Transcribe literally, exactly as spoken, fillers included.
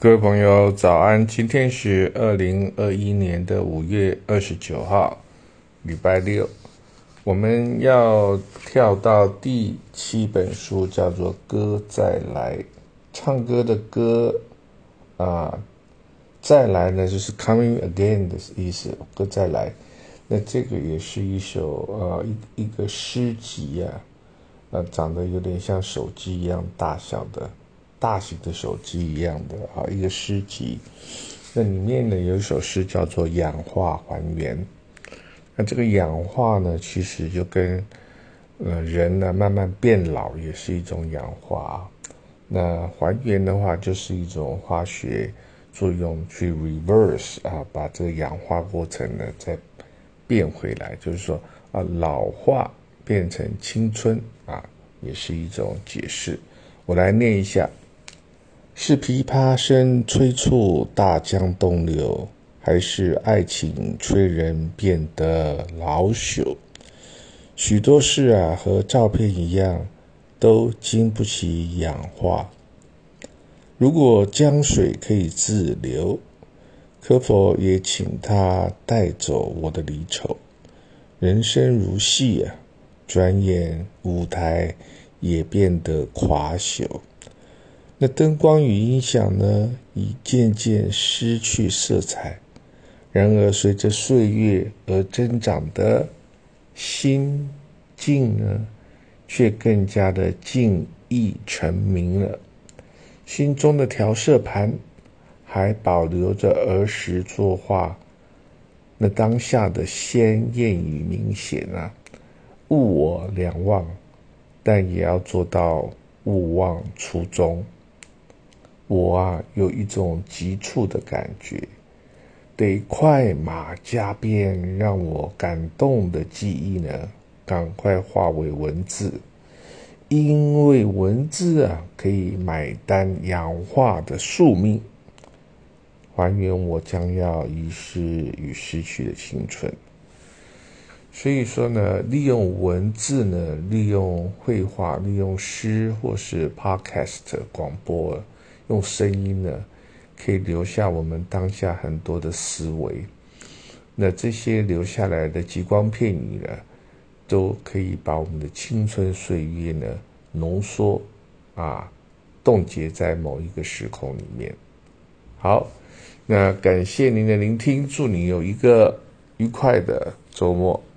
各位朋友早安，今天是二零二一年的五月二十九号，礼拜六。我们要跳到第七本书，叫做《歌再来》，唱歌的歌啊，再来呢就是 coming again 的意思，歌再来。那这个也是一首呃一一个诗集啊，呃长得有点像手机一样大小的。大型的手机一样的啊，一个诗集。那里面呢有一首诗叫做《氧化还原》。那这个氧化呢，其实就跟呃人呢慢慢变老也是一种氧化。那还原的话，就是一种化学作用去 reverse 啊，把这个氧化过程呢再变回来，就是说啊老化变成青春啊，也是一种解释。我来念一下。是琵琶声催促大江东流，还是爱情催人变得老朽？许多事啊，和照片一样，都经不起氧化。如果江水可以自流，可否也请它带走我的离愁？人生如戏啊，转眼舞台也变得垮朽。那灯光与音响呢，已渐渐失去色彩。然而，随着岁月而增长的心境呢，却更加的静意成明了。心中的调色盘还保留着儿时作画那当下的鲜艳与明显啊。物我两忘，但也要做到勿忘初衷。我啊，有一种急促的感觉，得快马加鞭，让我感动的记忆呢，赶快化为文字，因为文字啊，可以买单氧化的宿命，还原我将要遗失与失去的青春。所以说呢，利用文字呢，利用绘画，利用诗或是 podcast 广播。用声音呢，可以留下我们当下很多的思维。那这些留下来的极光片语呢，都可以把我们的青春岁月呢浓缩啊，冻结在某一个时空里面。好，那感谢您的聆听，祝你有一个愉快的周末。